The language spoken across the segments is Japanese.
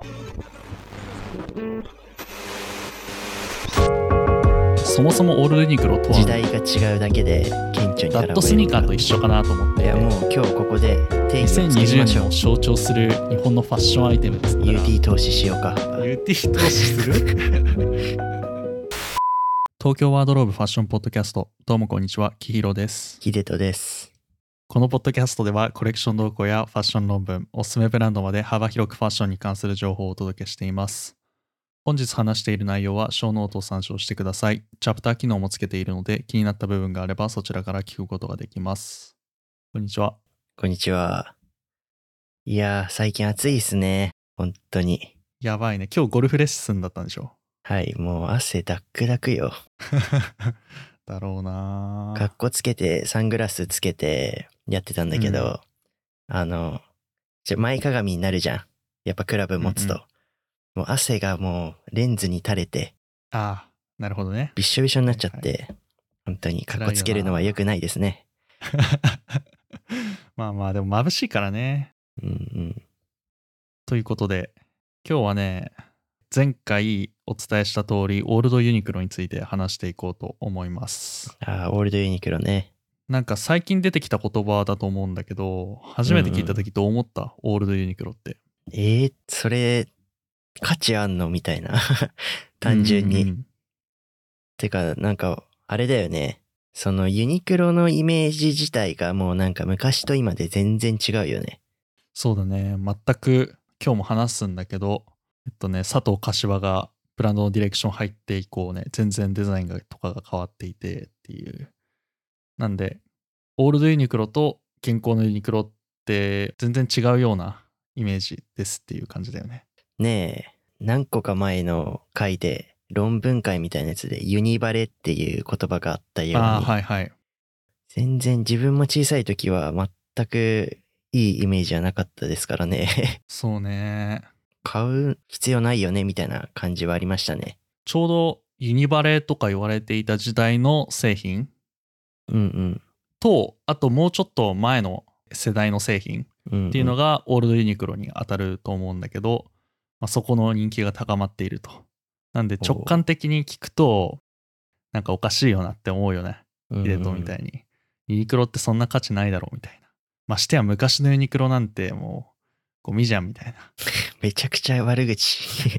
そもそもオールドユニクロとは時代が違うだけで顕著に現れる。 ラットスニーカーと一緒かなと思って、 いやもう今日ここで定義を作り 2020 ましょう。 年を象徴する日本のファッションアイテムですから。 UT 投資しようか。 UT 投資する東京ワードローブファッションポッドキャスト、どうもこんにちは、きひろです。 ヒデトです。 このポッドキャストではコレクション動向やファッション論文、おすすめブランドまで幅広くファッションに関する情報をお届けしています。本日話している内容はショーノートを参照してください。チャプター機能もつけているので、気になった部分があればそちらから聞くことができます。こんにちは。 こんにちは。いやー最近暑いっすね。本当に。 やばいね。今日ゴルフレッスンだったんでしょ？ はい、もう汗ダックダクよ。 だろうな。 かっこつけてサングラスつけてやってたんだけど、前かがみになるじゃん。やっぱクラブ持つと。もう汗がもうレンズに垂れて、 ああ、なるほどね。 びっしょびしょになっちゃって、はいはい、本当にかっこつけるのは良くないですね。 まあまあでも眩しいからね。 うんうん。 ということで今日はね、前回お伝えした通りオールドユニクロについて話していこうと思います。 ああ、オールドユニクロね。 なんか最近出てきた言葉だと思うんだけど、初めて聞いた時どう思った？オールドユニクロって。 それ価値あんのみたいな単純に、てかなんかあれだよね、そのユニクロのイメージ自体がもうなんか昔と今で全然違うよね。 そうだね、全く。今日も話すんだけど、佐藤柏がブランドのディレクション入って以降ね、全然デザインとかが変わっていてっていう。なんでオールドユニクロと現行のユニクロって全然違うようなイメージですっていう感じだよね。 ねえ、何個か前の回で論文会みたいなやつでユニバレっていう言葉があったように、 はいはい、 全然自分も小さい時は全くいいイメージはなかったですからね。 そうね。 買う必要ないよねみたいな感じはありましたね。 ちょうどユニバレとか言われていた時代の製品と、あともうちょっと前の世代の製品っていうのがオールドユニクロに当たると思うんだけど、そこの人気が高まっていると。なんで直感的に聞くとなんかおかしいよなって思うよね。ヒデトみたいにユニクロってそんな価値ないだろうみたいな。ましてや昔のユニクロなんてもうゴミじゃんみたいなめちゃくちゃ悪口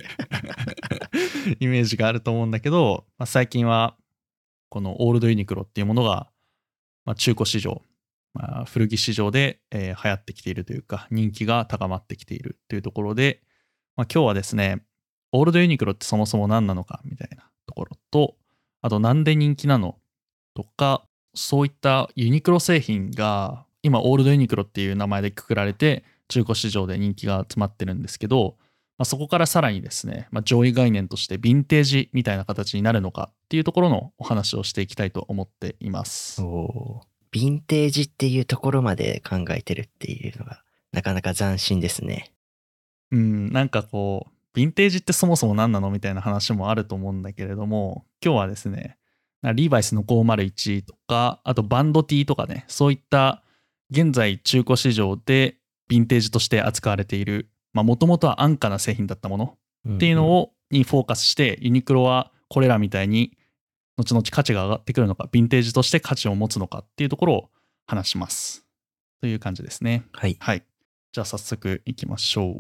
イメージがあると思うんだけど、最近はこのオールドユニクロっていうものが、中古市場、古着市場で、流行ってきているというか人気が高まってきているというところで、今日はですね、オールドユニクロってそもそも何なのかみたいなところと、あとなんで人気なのとか、そういったユニクロ製品が今オールドユニクロっていう名前でくくられて中古市場で人気が集まってるんですけど、そこからさらにですね、上位概念としてヴィンテージみたいな形になるのかっていうところのお話をしていきたいと思っています。 ヴィンテージっていうところまで考えてるっていうのがなかなか斬新ですね。 なんかこうヴィンテージってそもそも何なのみたいな話もあると思うんだけれども、今日はですね、リーバイスの501とか、あとバンド T とかね、そういった現在中古市場でヴィンテージとして扱われている、もともとは安価な製品だったものっていうのにフォーカスして、ユニクロはこれらみたいに後々価値が上がってくるのか、ヴィンテージとして価値を持つのかっていうところを話しますという感じですね。 はい、 はい、じゃあ早速いきましょう。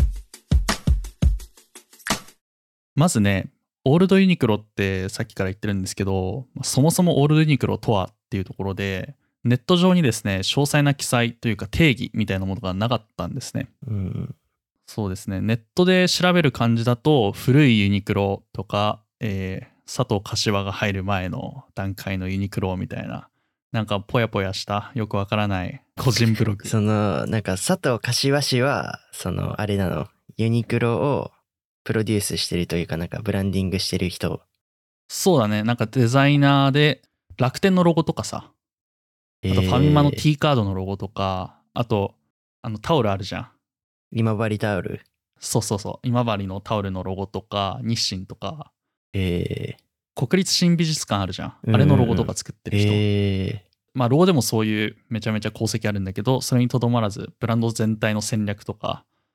まずね、オールドユニクロってさっきから言ってるんですけど、そもそもオールドユニクロとはっていうところで、ネット上にですね、詳細な記載というか定義みたいなものがなかったんですね。そうですね、ネットで調べる感じだと、古いユニクロとか、佐藤柏が入る前の段階のユニクロみたいな、なんかぽやぽやしたよくわからない個人ブログなんか佐藤柏氏はあれなの、ユニクロをプロデュースしてるというか、なんかブランディングしてる人。 そうだね、なんかデザイナーで楽天のロゴとかさ、あとファミマの T カードのロゴとか、あとタオルあるじゃん、 今治タオル。 そう今治のタオルのロゴとか、日清とか、 国立新美術館あるじゃん、あれのロゴとか作ってる人、ロゴでもそういうめちゃめちゃ功績あるんだけど、それにとどまらずブランド全体の戦略とか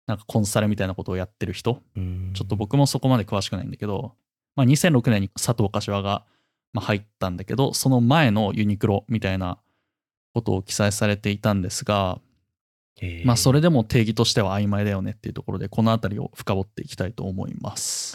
なんかコンサルみたいなことをやってる人、 うんちょっと僕もそこまで詳しくないんだけど、まあ、2006年に佐藤柏が入ったんだけど、その前のユニクロみたいなことを記載されていたんですが、まあそれでも定義としては曖昧だよねっていうところで、このあたりを深掘っていきたいと思います。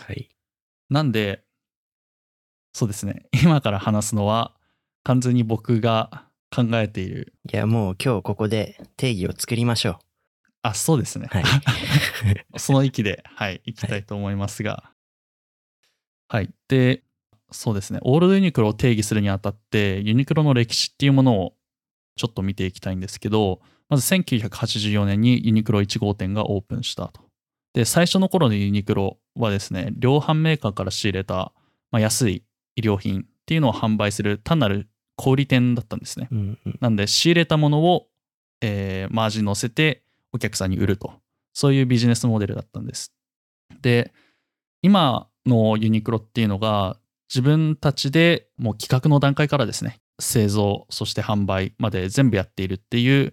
はい。 なんで、そうですね、今から話すのは完全に僕が考えている。 いや、もう今日ここで定義を作りましょあ、そうですね。 はい。 その域で、はい、いきたいと思いますが。はい。で、そうですね、オールドユニクロを定義するにあたって、ユニクロの歴史っていうものをちょっと見ていきたいんですけど、まず1984年にユニクロ1号店がオープンしたと。で、最初の頃のユニクロはですね、量販メーカーから仕入れた、安い衣料品っていうのを販売する単なる小売店だったんですね。 うんうんなんで仕入れたものを、マージン乗せてお客さんに売ると。そういうビジネスモデルだったんです。で、今のユニクロっていうのが自分たちでもう企画の段階からですね、製造、そして販売まで全部やっているっていう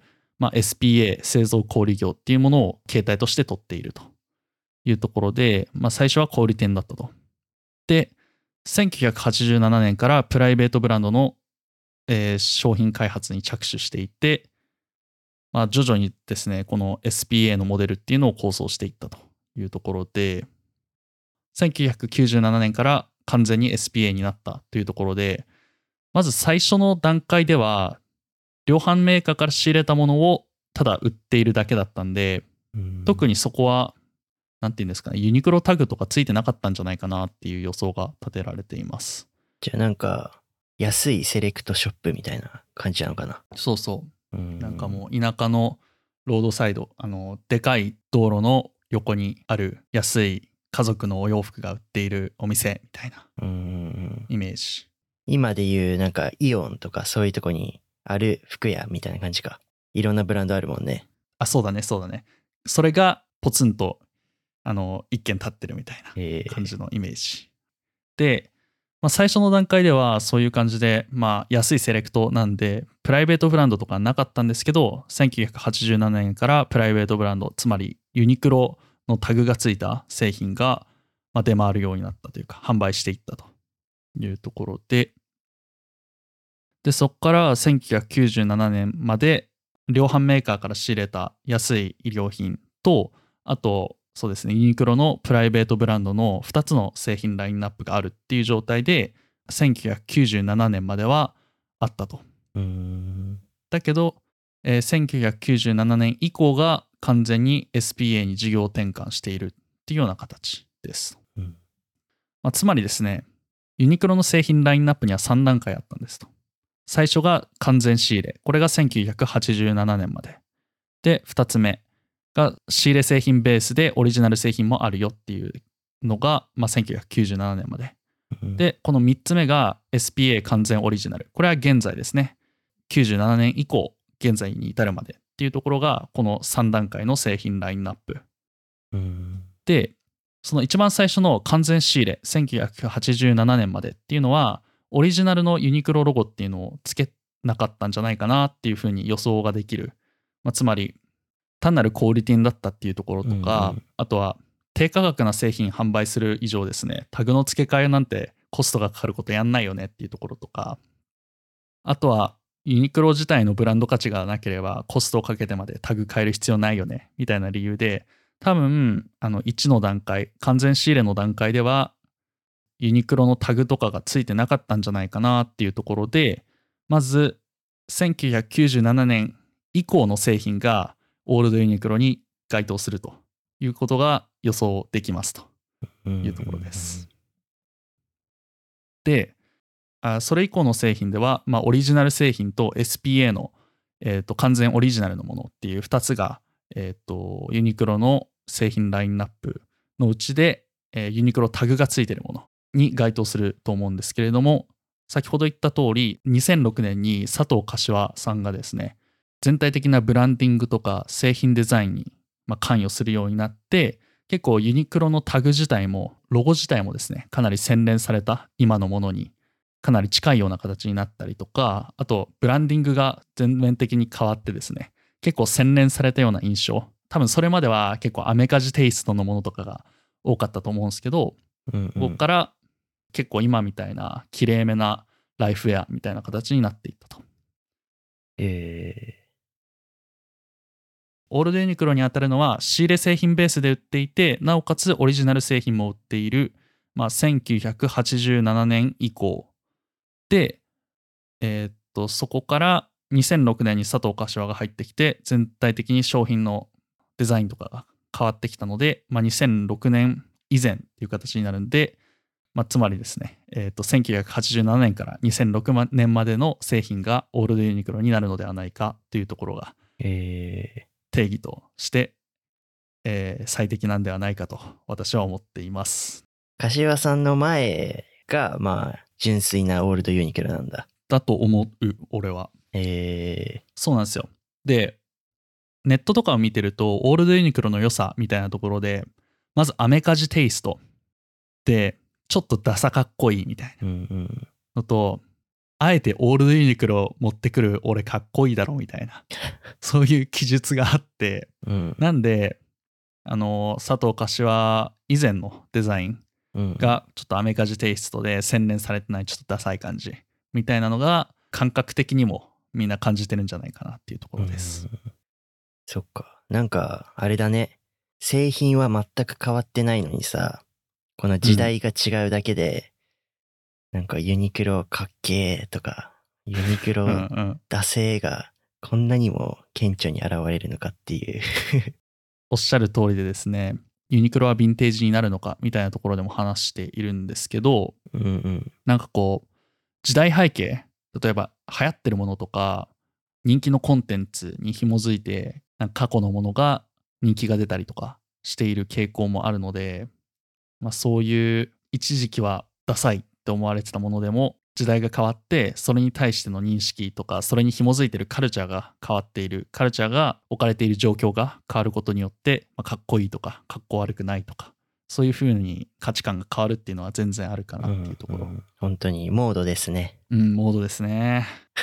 、SPA、製造小売業っていうものを形態として取っているというところで、最初は小売店だったと。で、1987年からプライベートブランドの、商品開発に着手していて、徐々にですね、この SPA のモデルっていうのを構想していったというところで、1997年から完全に SPA になったというところで、まず最初の段階では、量販メーカーから仕入れたものをただ売っているだけだったんで、特にそこは、なんていうんですかね、ユニクロタグとかついてなかったんじゃないかなっていう予想が立てられています。 じゃあなんか安いセレクトショップみたいな感じなのかな。 そうそう。 うんなんかもう田舎のロードサイド、でかい道路の横にある安い家族のお洋服が売っているお店みたいなイメージ。 今でいうなんかイオンとかそういうとこにある服屋みたいな感じか。いろんなブランドあるもんね。 あ、そうだね、そうだね。それがポツンと一軒立ってるみたいな感じのイメージ。で、最初の段階ではそういう感じで、安いセレクトなんで、プライベートブランドとかなかったんですけど、1987年からプライベートブランド、つまりユニクロのタグがついた製品が出回るようになったというか、販売していったというところで、そこから1997年まで量販メーカーから仕入れた安い衣料品と、あとそうですね、ユニクロのプライベートブランドの2つの製品ラインナップがあるっていう状態で1997年まではあったと。だけど、1997年以降が完全に SPA に事業転換しているっていうような形です。つまりですね、ユニクロの製品ラインナップには3段階あったんですと。最初が完全仕入れ。これが1987年まで。で、2つ目が仕入れ製品ベースでオリジナル製品もあるよっていうのが、1997年まで。で、この3つ目が SPA 完全オリジナル。これは現在ですね。97年以降、現在に至るまでっていうところが、この3段階の製品ラインナップ。で、その一番最初の完全仕入れ、1987年までっていうのは、オリジナルのユニクロロゴっていうのをつけなかったんじゃないかなっていうふうに予想ができる。つまり、単なる小売店だったっていうところとか、あとは低価格な製品販売する以上ですね、タグの付け替えなんてコストがかかることやんないよねっていうところとか、あとはユニクロ自体のブランド価値がなければコストをかけてまでタグ変える必要ないよねみたいな理由で、多分1の段階、完全仕入れの段階ではユニクロのタグとかがついてなかったんじゃないかなっていうところで、まず1997年以降の製品がオールドユニクロに該当するということが予想できますというところです。で、それ以降の製品では、オリジナル製品と SPA の、完全オリジナルのものっていう2つが、ユニクロの製品ラインナップのうちで、ユニクロタグがついているものに該当すると思うんですけれども、先ほど言った通り2006年に佐藤柏さんがですね、全体的なブランディングとか製品デザインに関与するようになって、結構ユニクロのタグ自体もロゴ自体もですね、かなり洗練された今のものにかなり近いような形になったりとか、あとブランディングが全面的に変わってですね、結構洗練されたような印象、 多分それまでは結構アメカジテイストのものとかが多かったと思うんですけど、 うんここから結構今みたいな綺麗めなライフウェアみたいな形になっていったと。オールドユニクロに当たるのは仕入れ製品ベースで売っていて、なおかつオリジナル製品も売っている、1987年以降で、そこから2006年に佐藤柏が入ってきて、全体的に商品のデザインとかが変わってきたので、2006年以前っていう形になるんで、つまりですね、1987年から2006年までの製品がオールドユニクロになるのではないかというところが定義として、最適なんではないかと私は思っています。 柏さんの前が純粋なオールドユニクロなんだ。 だと思う、俺は。そうなんですよ。で、ネットとかを見てるとオールドユニクロの良さみたいなところで、まずアメカジテイストでちょっとダサかっこいいみたいなのと、あえてオールドユニクロ持ってくる俺かっこいいだろみたいなそういう記述があって、なんで佐藤柏以前のデザインがちょっとアメカジテイストで洗練されてないちょっとダサい感じみたいなのが感覚的にもみんな感じてるんじゃないかなっていうところです。 そっか。なんかあれだね、製品は全く変わってないのにさ、この時代が違うだけで、なんかユニクロかっけーとかユニクロダセーがこんなにも顕著に現れるのかっていうおっしゃる通りでですね、ユニクロはヴィンテージになるのかみたいなところでも話しているんですけど、なんかこう時代背景、例えば流行ってるものとか人気のコンテンツに紐づいてなんか過去のものが人気が出たりとかしている傾向もあるので、そういう一時期はダサいって思われてたものでも時代が変わってそれに対しての認識とかそれに紐づいているカルチャーが変わっている、カルチャーが置かれている状況が変わることによって、かっこいいとかかっこ悪くないとかそういう風に価値観が変わるっていうのは全然あるかなっていうところ。 本当にモードですね。 モードですね。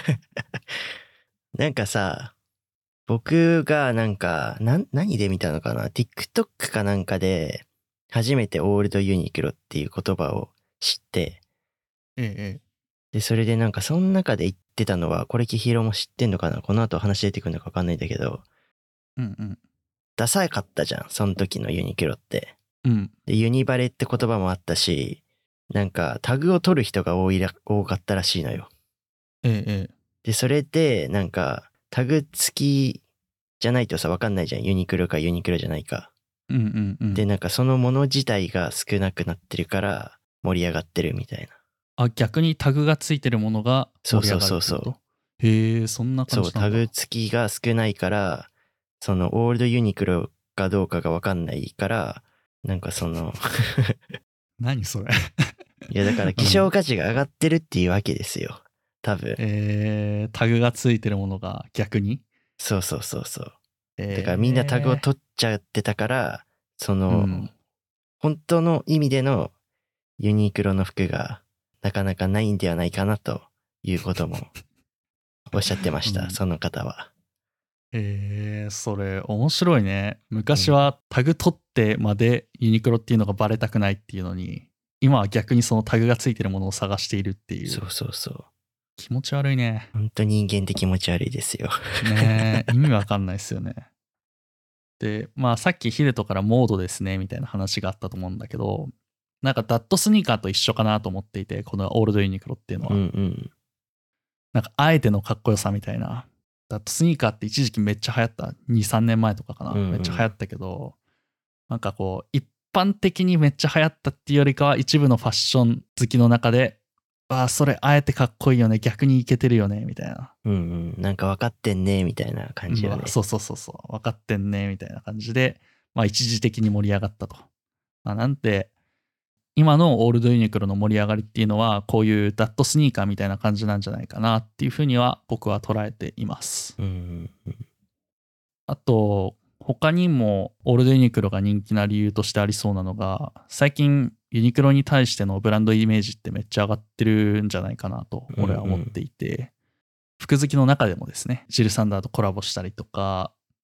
なんかさ、僕がなんか何で見たのかな、 TikTok かなんかで初めてオールドユニクロっていう言葉を知って、でそれでなんかその中で言ってたのは、これキヒロも知ってんのかな、この後話出てくるのか分かんないんだけど、ダサかったじゃんその時のユニクロって。でユニバレって言葉もあったし、なんかタグを取る人が多かったらしいのよ。でそれでなんかタグ付きじゃないとさ分かんないじゃん、ユニクロかユニクロじゃないか。でなんかそのもの自体が少なくなってるから盛り上がってるみたいな。 逆にタグがついてるものが盛り上がるってこと？へえ、そんな感じなんだ。 タグ付きが少ないから、そのオールドユニクロかどうかが分かんないから、なんかその何それいやだから希少価値が上がってるっていうわけですよ多分。 タグがついてるものが逆に。 そうだからみんなタグを取っちゃってたから、その、本当の意味でのユニクロの服がなかなかないんではないかなということもおっしゃってました、その方は。 それ面白いね。昔はタグ取ってまでユニクロっていうのがバレたくないっていうのに、今は逆にそのタグがついてるものを探しているっていう。 そう気持ち悪いね。 本当人間って気持ち悪いですよねえ、意味わかんないですよね。でさっきヒデトからモードですねみたいな話があったと思うんだけど、なんかダットスニーカーと一緒かなと思っていて、このオールドユニクロっていうのは、なんかあえてのかっこよさみたいな。ダットスニーカーって一時期めっちゃ流行った、2、3年前とかかな、めっちゃ流行ったけど、なんかこう一般的にめっちゃ流行ったっていうよりかは、一部のファッション好きの中で、それあえてかっこいいよね、逆にイケてるよねみたいな。 なんか分かってんねみたいな感じよね。 そう分かってんねみたいな感じで、一時的に盛り上がったと。なんて今のオールドユニクロの盛り上がりっていうのは、こういうダットスニーカーみたいな感じなんじゃないかなっていうふうには僕は捉えています。あと他にもオールドユニクロが人気な理由としてありそうなのが、最近ユニクロに対してのブランドイメージってめっちゃ上がってるんじゃないかなと俺は思っていて、服好きの中でもですね、ジル・サンダーとコラボしたりとか、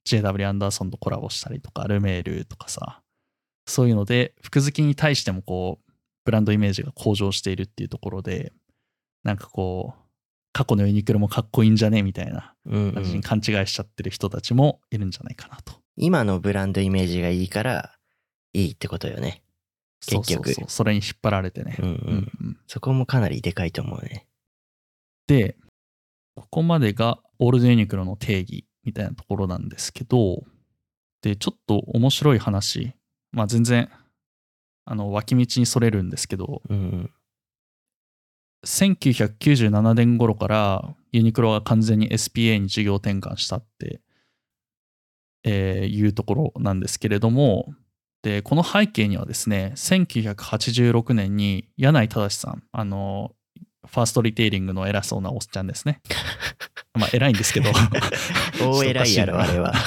JW アンダーソンとコラボしたりとか、ルメールとかさ、そういうので服好きに対してもこうブランドイメージが向上しているっていうところで、なんかこう過去のユニクロもかっこいいんじゃねみたいな感じに勘違いしちゃってる人たちもいるんじゃないかなと。 今のブランドイメージがいいからいいってことよね。結局。 そうそれに引っ張られてね。 そこもかなりでかいと思うね。 で、ここまでがオールドユニクロの定義みたいなところなんですけど、で、ちょっと面白い話、まあ全然脇道にそれるんですけど、1997年頃からユニクロが完全に SPA に事業転換したって、いうところなんですけれども、でこの背景にはですね、1986年に柳井正さん、ファーストリテイリングの偉そうなおっちゃんですね。まあ偉いんですけど大偉いやろあれは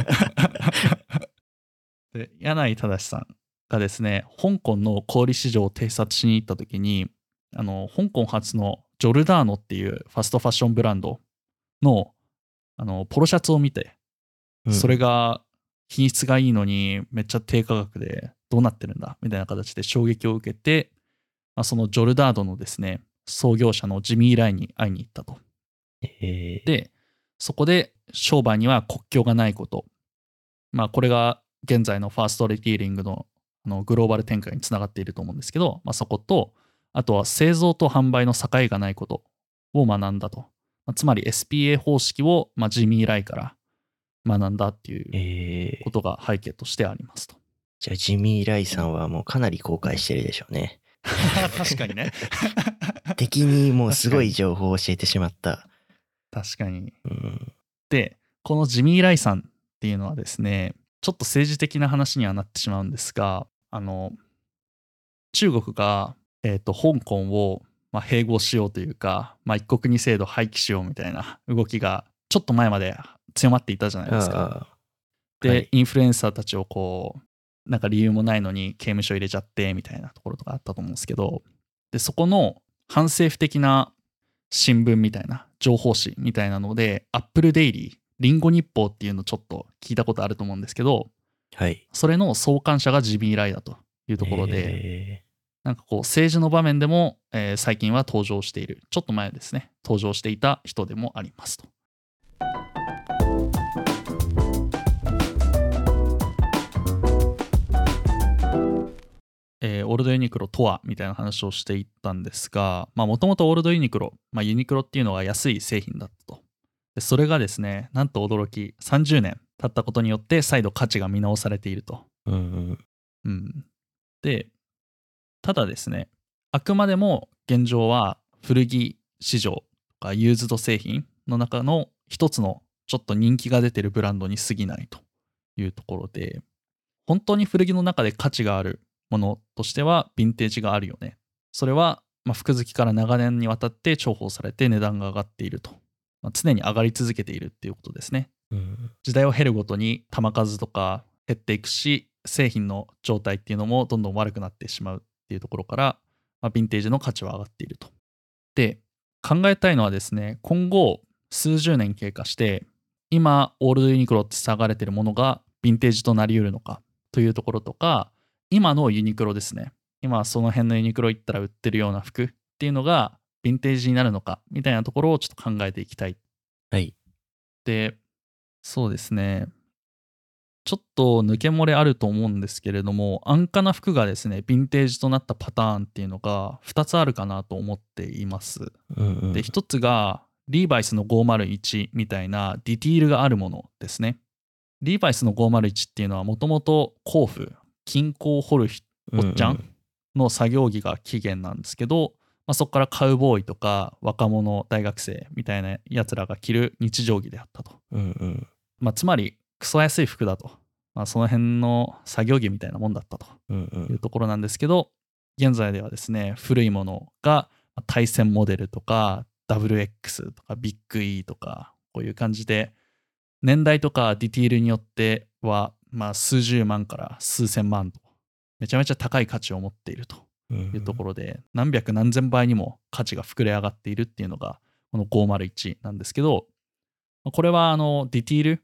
で柳井正さんがですね、香港の小売市場を偵察しに行った時に、香港発のジョルダーノっていうファストファッションブランドのポロシャツを見て、それが品質がいいのにめっちゃ低価格でどうなってるんだみたいな形で衝撃を受けて、そのジョルダーノのですね、創業者のジミー・ライに会いに行ったと。でそこで商売には国境がないこと、これが現在のファーストリテイリングのグローバル展開につながっていると思うんですけど、そこと、あとは製造と販売の境がないことを学んだと。つまり SPA 方式をジミー・ライから学んだっていうことが背景としてありますと。 じゃあジミー・ライさんはもうかなり後悔してるでしょうね。 確かにね。 敵にもうすごい情報を教えてしまった。 確かに。で、このジミー・ライさんっていうのはですね、ちょっと政治的な話にはなってしまうんですが、中国が、香港を併合しようというか、一国二制度廃棄しようみたいな動きがちょっと前まで強まっていたじゃないですか。で、インフルエンサーたちをこうなんか理由もないのに刑務所入れちゃってみたいなところとかあったと思うんですけど、でそこの反政府的な新聞みたいな情報誌みたいなので、アップルデイリー、リンゴ日報っていうのちょっと聞いたことあると思うんですけど、それの創刊者がジミー・ライだというところで、なんかこう政治の場面でも、最近は登場している、ちょっと前ですね、登場していた人でもありますと。オールドユニクロとはみたいな話をしていったんですが、もともとオールドユニクロ、ユニクロっていうのは安い製品だったと。でそれがですね、なんと驚き30年経ったことによって再度価値が見直されていると。で、ただですね、あくまでも現状は古着市場とかユーズド製品の中の一つのちょっと人気が出てるブランドに過ぎないというところで、本当に古着の中で価値があるものとしてはヴィンテージがあるよね。それは服好きから長年にわたって重宝されて値段が上がっていると。常に上がり続けているっていうことですね。時代を経るごとに球数とか減っていくし、製品の状態っていうのもどんどん悪くなってしまうっていうところから、ヴィンテージの価値は上がっていると。で、考えたいのはですね、今後数十年経過して今オールドユニクロって騒がれているものがヴィンテージとなり得るのかというところとか、今のユニクロですね、今その辺のユニクロ行ったら売ってるような服っていうのがヴィンテージになるのかみたいなところをちょっと考えていきたい。で、そうですね、ちょっと抜け漏れあると思うんですけれども、安価な服がですねヴィンテージとなったパターンっていうのが2つあるかなと思っています。で、1つがリーバイスの501みたいなディティールがあるものですね。リーバイスの501っていうのはもともと鉱夫、金鉱を掘るおっちゃんの作業着が起源なんですけど、そこからカウボーイとか若者大学生みたいなやつらが着る日常着であったと。つまりクソ安い服だと、その辺の作業着みたいなもんだったというところなんですけど、現在ではですね、古いものが対戦モデルとか WX とかビッグ E とかこういう感じで年代とかディティールによっては数十万から数千万とめちゃめちゃ高い価値を持っているというところで、何百何千倍にも価値が膨れ上がっているっていうのがこの501なんですけど、これはディティール、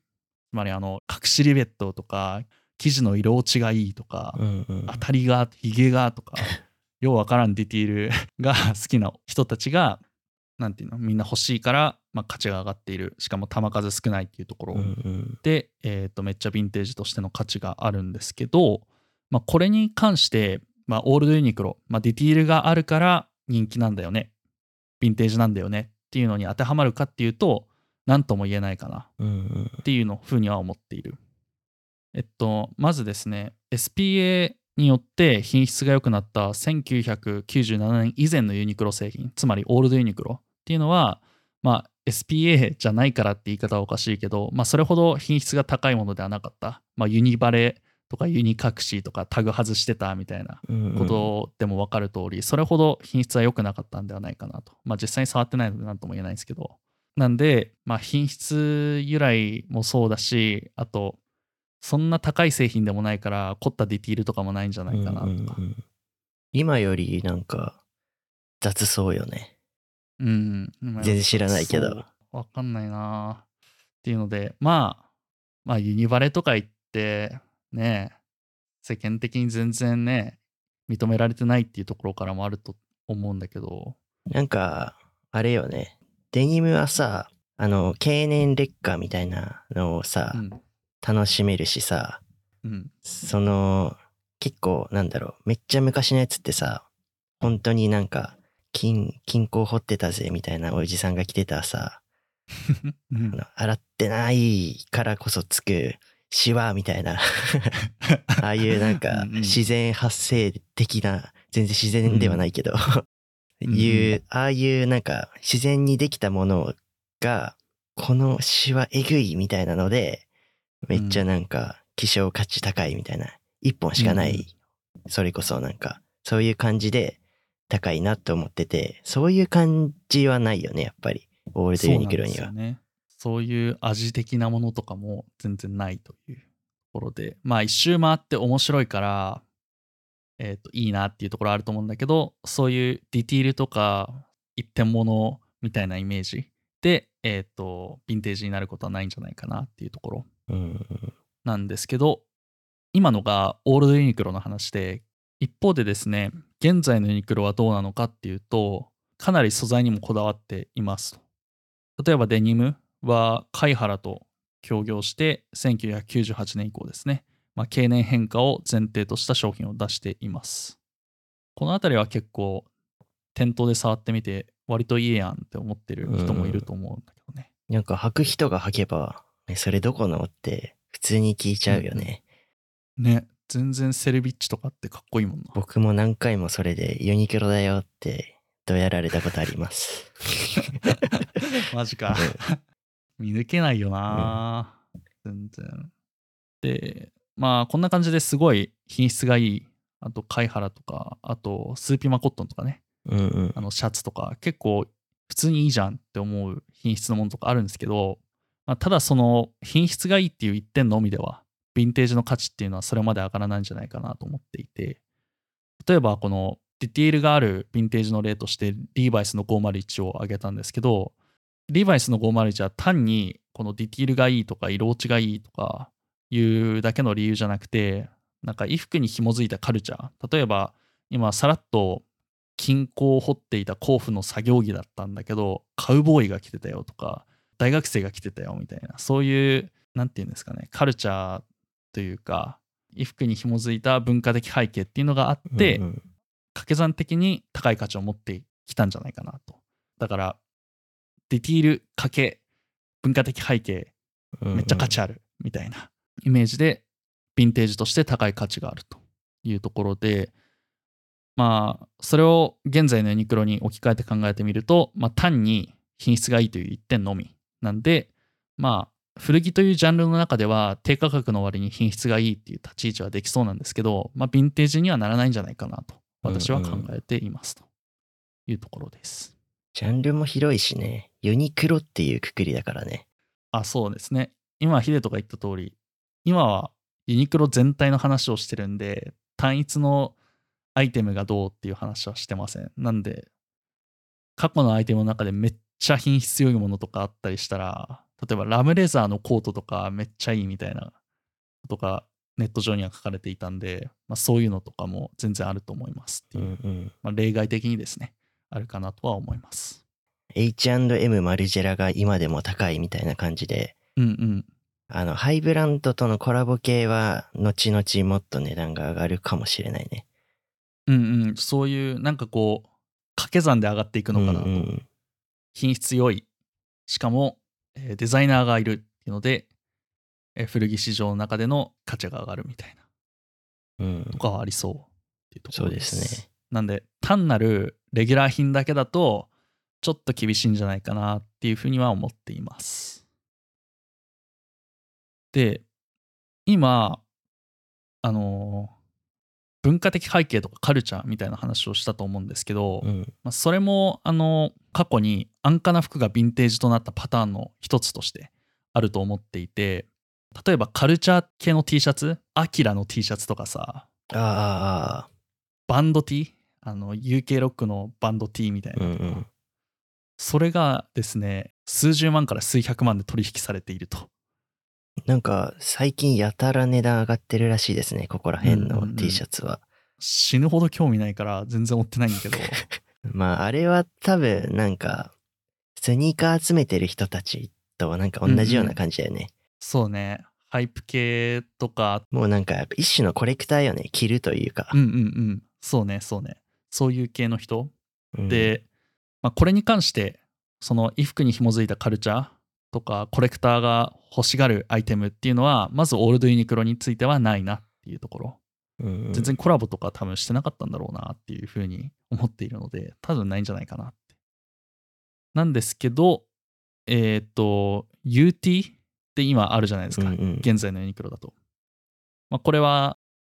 まり隠しリベットとか生地の色落ちがいいとか、当たりがヒゲがとかようわからんディティールが好きな人たちがなんていうのみんな欲しいから、価値が上がっている、しかも球数少ないっていうところで、めっちゃヴィンテージとしての価値があるんですけど、これに関して、オールドユニクロ、ディティールがあるから人気なんだよね、ヴィンテージなんだよねっていうのに当てはまるかっていうと何とも言えないかなっていうのふうには思っている。まずですね SPA によって品質が良くなった1997年以前のユニクロ製品、つまりオールドユニクロっていうのは、SPA じゃないからって言い方はおかしいけど、それほど品質が高いものではなかった、ユニバレとかユニカクシーとかタグ外してたみたいなことでも分かる通り、それほど品質は良くなかったんではないかなと。実際に触ってないので何とも言えないんですけど、なんで、品質由来もそうだし、あとそんな高い製品でもないから凝ったディティールとかもないんじゃないかなとか。 今よりなんか雑そうよね。 全然知らないけど。 わかんないなっていうので、ユニバレとか言ってね、世間的に全然ね認められてないっていうところからもあると思うんだけど、 なんかあれよね、デニムはさ、経年劣化みたいなのをさ、楽しめるしさ、その結構なんだろう、めっちゃ昔のやつってさ、本当になんか金鉱掘ってたぜみたいなおじさんが着てたさ、洗ってないからこそつくシワみたいなああいうなんか自然発生的な、全然自然ではないけどああいうなんか自然にできたものがこのシワえぐいみたいなのでめっちゃなんか希少価値高いみたいな、一本しかない、それこそなんかそういう感じで高いなと思ってて、そういう感じはないよねやっぱりオールドユニクロには。 そうなんですよね。そういう味的なものとかも全然ないというところで、一周回って面白いからいいなっていうところあると思うんだけど、そういうディティールとか一点物みたいなイメージでヴィンテージになることはないんじゃないかなっていうところなんですけど、今のがオールドユニクロの話で、一方でですね、現在のユニクロはどうなのかっていうと、かなり素材にもこだわっていますと。例えばデニムは貝原と協業して1998年以降ですね、経年変化を前提とした商品を出しています。このあたりは結構店頭で触ってみて割といいやんって思ってる人もいると思うんだけどね。 なんか履く人が履けばそれどこのって普通に聞いちゃうよね。 ね、全然セルビッチとかってかっこいいもんな。 僕も何回もそれでユニクロだよってどやられたことありますマジか見抜けないよな、全然。でこんな感じですごい品質がいい、あと貝原とか、あとスーピマコットンとかね、シャツとか結構普通にいいじゃんって思う品質のものとかあるんですけど、ただその品質がいいっていう一点のみではヴィンテージの価値っていうのはそれまで上がらないんじゃないかなと思っていて、例えばこのディティールがあるヴィンテージの例としてリーバイスの501を挙げたんですけど、リーバイスの501は単にこのディティールがいいとか色落ちがいいとかいうだけの理由じゃなくて、なんか衣服に紐づいたカルチャー、例えば今さらっと金鉱を掘っていた鉱夫の作業着だったんだけどカウボーイが着てたよとか大学生が着てたよみたいな、そういうなんていうんですかね、カルチャーというか衣服に紐づいた文化的背景っていうのがあって、掛け算的に高い価値を持ってきたんじゃないかなと。だからディティールかけ文化的背景めっちゃ価値あるみたいなイメージでヴィンテージとして高い価値があるというところで、それを現在のユニクロに置き換えて考えてみると、単に品質がいいという一点のみなんで、古着というジャンルの中では低価格の割に品質がいいっていう立ち位置はできそうなんですけど、ヴィンテージにはならないんじゃないかなと私は考えていますというところです。 ジャンルも広いしね、ユニクロっていうくくりだからね。 そうですね。今ヒデとか言った通り、今はユニクロ全体の話をしてるんで、単一のアイテムがどうっていう話はしてません。なんで過去のアイテムの中でめっちゃ品質良いものとかあったりしたら例えばラムレザーのコートとかめっちゃいいみたいなことがネット上には書かれていたんで、そういうのとかも全然あると思いますっていう、例外的にですね、あるかなとは思います。 H&M マルジェラが今でも高いみたいな感じで、ハイブランドとのコラボ系は後々もっと値段が上がるかもしれないね。 そういうなんかこう掛け算で上がっていくのかなと、品質良い、しかもデザイナーがいるっていうので、古着市場の中での価値が上がるみたいな、とかはありそうっていうところです。 そうですね。 なんで単なるレギュラー品だけだとちょっと厳しいんじゃないかなっていうふうには思っています。で、今文化的背景とかカルチャーみたいな話をしたと思うんですけど、それも過去に安価な服がヴィンテージとなったパターンの一つとしてあると思っていて、例えばカルチャー系の T シャツ、アキラの T シャツとかさ、バンド T、UK ロックのバンド T みたいなとか、それがですね、数十万から数百万で取引されていると。 なんか最近やたら値段上がってるらしいですね、ここら辺の T シャツは。 死ぬほど興味ないから全然追ってないんだけどあれは多分なんかスニーカー集めてる人たちとなんか同じような感じだよね。 そうね、ハイプ系とか、 もうなんか一種のコレクターよね、着るというか。 そうね、そういう系の人、で、これに関してその衣服に紐づいたカルチャーとかコレクターが欲しがるアイテムっていうのはまずオールドユニクロについてはないなっていうところ、全然コラボとか多分してなかったんだろうなっていうふうに思っているので、多分ないんじゃないかなって。なんですけどUT って今あるじゃないですか、現在のユニクロだと。これは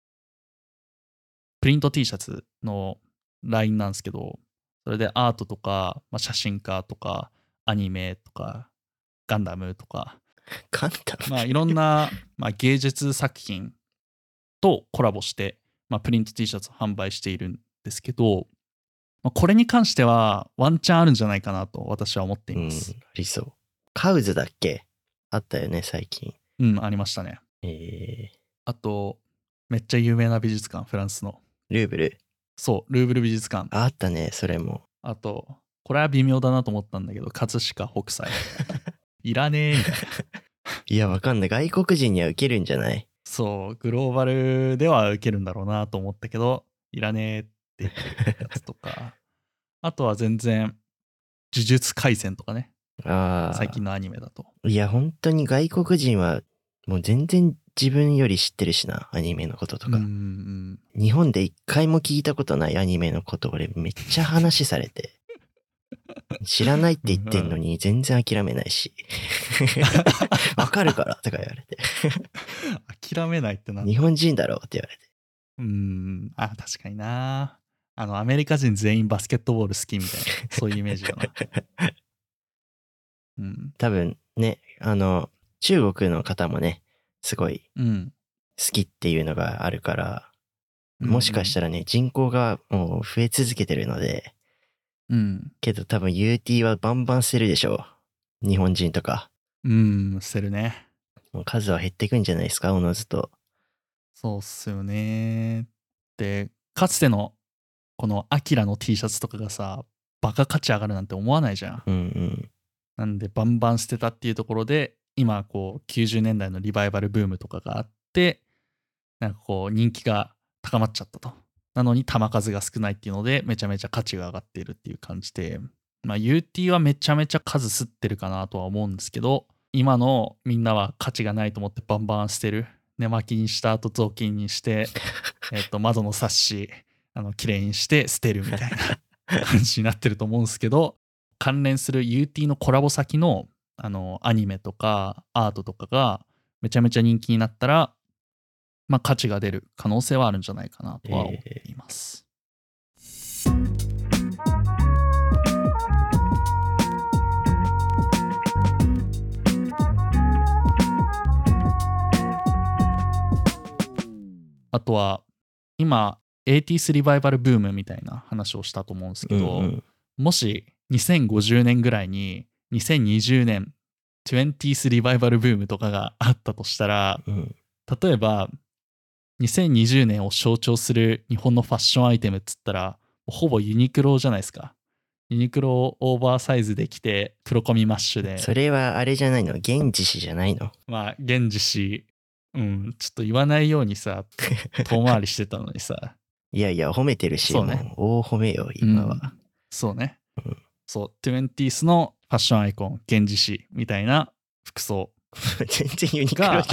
プリント T シャツのラインなんですけど、それでアートとか、写真家とかアニメとかガンダムとかいろんな、芸術作品とコラボして、プリント T シャツを販売しているんですけど、これに関してはワンチャンあるんじゃないかなと私は思っています。 ありそう。カウズだっけ？あったよね最近。 ありましたね。あとめっちゃ有名な美術館、フランスのルーブル。 そう、ルーブル美術館。 あったね、それも。 あとこれは微妙だなと思ったんだけど、葛飾北斎いらねえみたいな。 いや、わかんない。外国人には受けるんじゃない？ そう、グローバルでは受けるんだろうなと思ったけど、いらねえっていうやつとかあとは全然呪術廻戦とかね、最近のアニメだと。 いや本当に外国人はもう全然自分より知ってるしな、アニメのこととか。日本で一回も聞いたことないアニメのこと俺めっちゃ話されて知らないって言ってんのに全然諦めないしわかるからとか言われて諦めないってなんだ。 日本人だろうって言われて。 確かにな。アメリカ人全員バスケットボール好きみたいなそういうイメージだな多分ね、中国の方もねすごい好きっていうのがあるから、もしかしたらね人口がもう増え続けてるので、けど多分 UT はバンバン捨てるでしょう、日本人とか。 捨てるね。 もう数は減っていくんじゃないですか、おのずと。 そうっすよね。でかつてのこのアキラの T シャツとかがさ、バカ価値上がるなんて思わないじゃん。なんでバンバン捨てたっていうところで、今こう90年代のリバイバルブームとかがあって、なんかこう人気が高まっちゃったと。なのに球数が少ないっていうのでめちゃめちゃ価値が上がっているっていう感じで、UT はめちゃめちゃ数吸ってるかなとは思うんですけど、今のみんなは価値がないと思ってバンバン捨てる。寝巻きにした後雑巾にして窓のサッシ綺麗にして捨てるみたいな感じになってると思うんですけど、関連する UT のコラボ先のアニメとかアートとかがめちゃめちゃ人気になったら、価値が出る可能性はあるんじゃないかなとは思っています。あとは今 80s リバイバルブームみたいな話をしたと思うんですけど、もし2050年ぐらいに2020年 20th リバイバルブームとかがあったとしたら、 うん。 例えば2020年を象徴する日本のファッションアイテムっつったらほぼユニクロじゃないですか。ユニクロをオーバーサイズで着て黒込みマッシュで、 それはあれじゃないの？源氏氏じゃないの？ まあ源氏氏、ちょっと言わないようにさ遠回りしてたのにさいやいや、褒めてるし、 そうね、 もう大褒めよ、今は。 そうね、 うんそう、20th のファッションアイコン源氏氏みたいな服装全然ユニクロがじゃ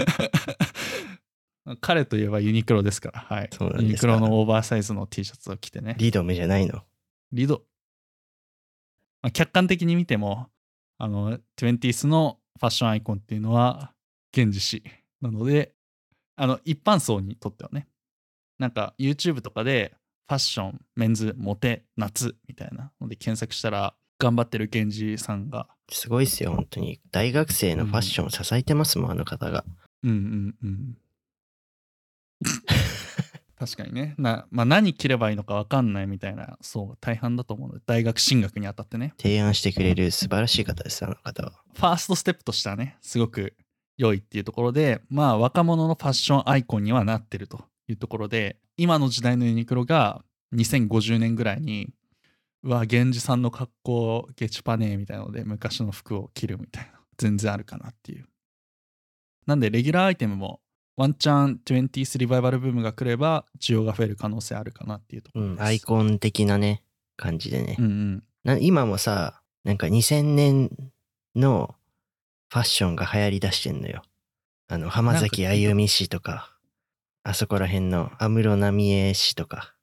ない。 彼といえばユニクロですから、はい。 そうなんですか。 ユニクロのオーバーサイズの T シャツを着てね。 リドムじゃないの？ リド。客観的に見ても、20th のファッションアイコンっていうのは、源氏氏なので、一般層にとってはね、なんか YouTube とかで、ファッション、メンズ、モテ、夏みたいなので検索したら、頑張ってる源氏さんが。 すごいっすよ、本当に。大学生のファッションを支えてますもん、あの方が。 確かにね。何着ればいいのか分かんないみたいな、そう、大半だと思うので、大学進学にあたってね。 提案してくれる素晴らしい方です、あの方は。 ファーストステップとしてはね、すごく良いっていうところで、若者のファッションアイコンにはなってるというところで、今の時代のユニクロが2050年ぐらいに、源氏さんの格好ゲチパネーみたいなので、昔の服を着るみたいな、全然あるかなっていう。なんで、レギュラーアイテムも、ワンチャン 20th リバイバルブームが来れば需要が増える可能性あるかなっていうところです。 アイコン的なね、感じでね。今もさ、なんか2000年のファッションが流行り出してんのよ。浜崎あゆみ氏とか、あそこら辺の安室奈美恵氏とか。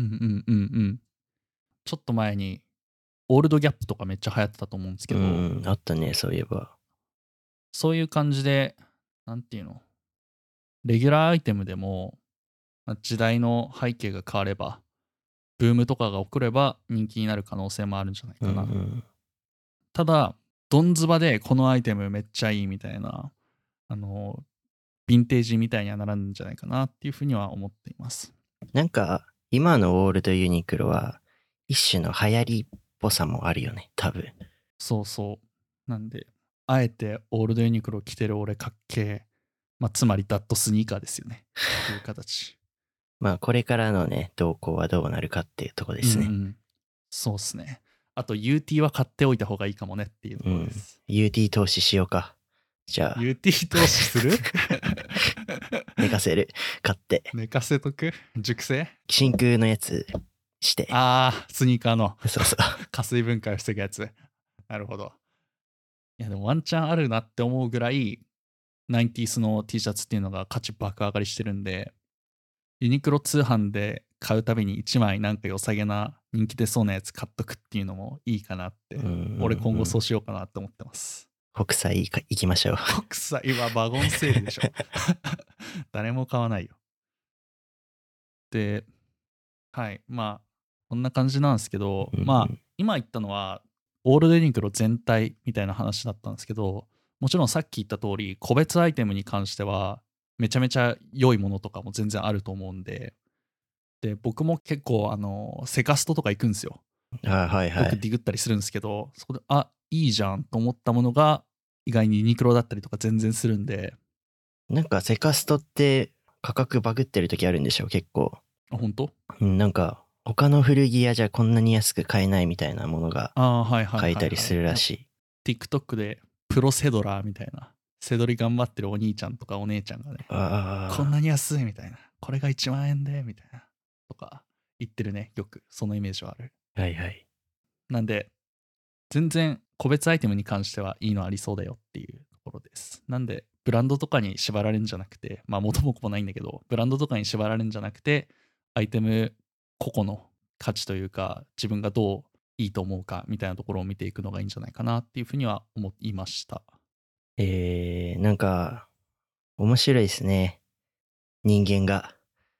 ちょっと前に、オールドギャップとかめっちゃ流行ってたと思うんですけど、 あったね、そういえば。 そういう感じで、なんていうの、レギュラーアイテムでも、時代の背景が変われば、ブームとかが起これば人気になる可能性もあるんじゃないかな。ただ、ドンズバでこのアイテムめっちゃいいみたいな、ヴィンテージみたいにはならんじゃないかなっていうふうには思っています。 なんか、今のオールドユニクロは、一種の流行りっぽさもあるよね、多分。 そうそう。なんで、あえてオールドユニクロ着てる俺かっけー。つまりダットスニーカーですよね。という形。 これからのね、動向はどうなるかっていうとこですね。 そうっすね。あと UT は買っておいた方がいいかもねっていうところです。 UT 投資しようか。じゃあ。 UT 投資する寝かせる。買って。 寝かせとく？熟成？ 真空のやつして。 スニーカーの。 そうそう。 加水分解を防ぐやつ。なるほど。いやでもワンチャンあるなって思うぐらい、90s の T シャツっていうのが価値爆上がりしてるんで、ユニクロ通販で買うたびに1枚なんか良さげな人気出そうなやつ買っとくっていうのもいいかなって、俺今後そうしようかなって思ってます。 北斎行きましょう。 北斎はワゴンセールでしょ。誰も買わないよ。で、はい、こんな感じなんですけど、今言ったのはオールドユニクロ全体みたいな話だったんですけど、もちろんさっき言った通り個別アイテムに関してはめちゃめちゃ良いものとかも全然あると思うんで、僕も結構セカストとか行くんですよ。僕ディグったりするんですけど、そこでいいじゃんと思ったものが意外にユニクロだったりとか全然するんで。 なんかセカストって価格バグってる時あるんでしょ、結構。 本当？ なんか他の古着屋じゃこんなに安く買えないみたいなものが買えたりするらしい。TikTok でプロセドラーみたいな、セドリ頑張ってるお兄ちゃんとかお姉ちゃんがね、こんなに安いみたいな、これが1万円でみたいなとか言ってるね。よくそのイメージはある。なんで全然個別アイテムに関してはいいのありそうだよっていうところです。なんでブランドとかに縛られるんじゃなくて、元も子もないんだけど、ブランドとかに縛られるんじゃなくて、アイテム個々の価値というか、自分がどういいと思うかみたいなところを見ていくのがいいんじゃないかなっていうふうには思いました。 なんか面白いですね、人間が。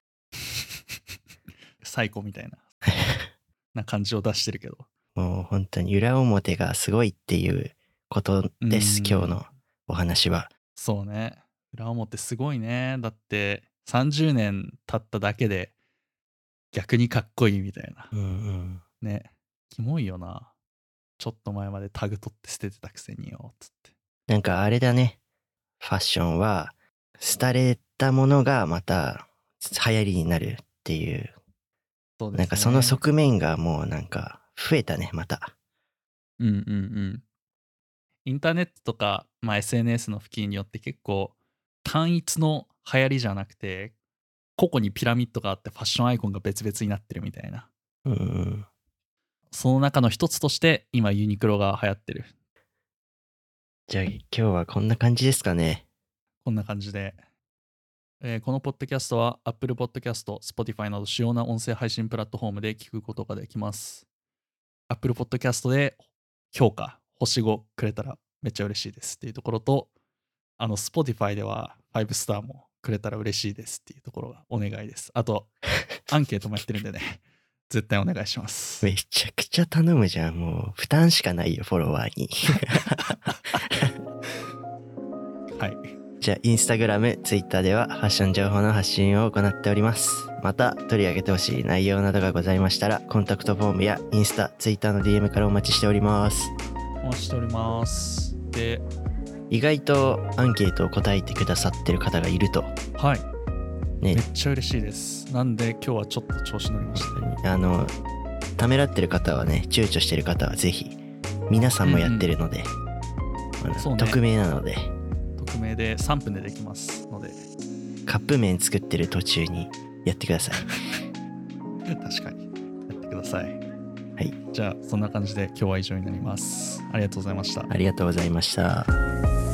サイコみたいな感じを出してるけど、 もう本当に裏表がすごいっていうことです、今日のお話は。 そうね、裏表すごいね。だって30年経っただけで逆にかっこいいみたいな、ね、キモいよな。ちょっと前までタグ取って捨ててたくせによつって。 なんかあれだね。ファッションは、廃れたものがまた流行りになるっていう、 そうですね。 なんかその側面がもうなんか増えたね、また。 うんうんうん。インターネットとか、まあ、SNS の普及によって結構単一の流行りじゃなくて、個々にピラミッドがあってファッションアイコンが別々になってるみたいな。 うん。 その中の一つとして今ユニクロが流行ってる。 じゃあ今日はこんな感じですかね。 こんな感じで。このポッドキャストは Apple Podcast、Spotify など主要な音声配信プラットフォームで聞くことができます。Apple Podcast で評価、星5くれたらめっちゃ嬉しいですっていうところと、Spotify では5スターもくれたら嬉しいですっていうところがお願いです。あと、アンケートもやってるんでね、絶対お願いします。 めちゃくちゃ頼むじゃん。もう負担しかないよ、フォロワーに。 はい。 じゃあ、インスタグラム、ツイッターではファッション情報の発信を行っております。また、取り上げてほしい内容などがございましたら、コンタクトフォームやインスタ、ツイッターの DM からお待ちしております。 お待ちしております。で、 意外とアンケートを答えてくださってる方がいると。 はい。 ねめっちゃ嬉しいです。なんで今日はちょっと調子乗りました。 ためらってる方はね、躊躇してる方はぜひ、皆さんもやってるので、 そうね匿名なので、 匿名で3分でできますので、 カップ麺作ってる途中にやってください。 確かにやってください。 はい。 じゃあそんな感じで今日は以上になります。ありがとうございました。 ありがとうございました。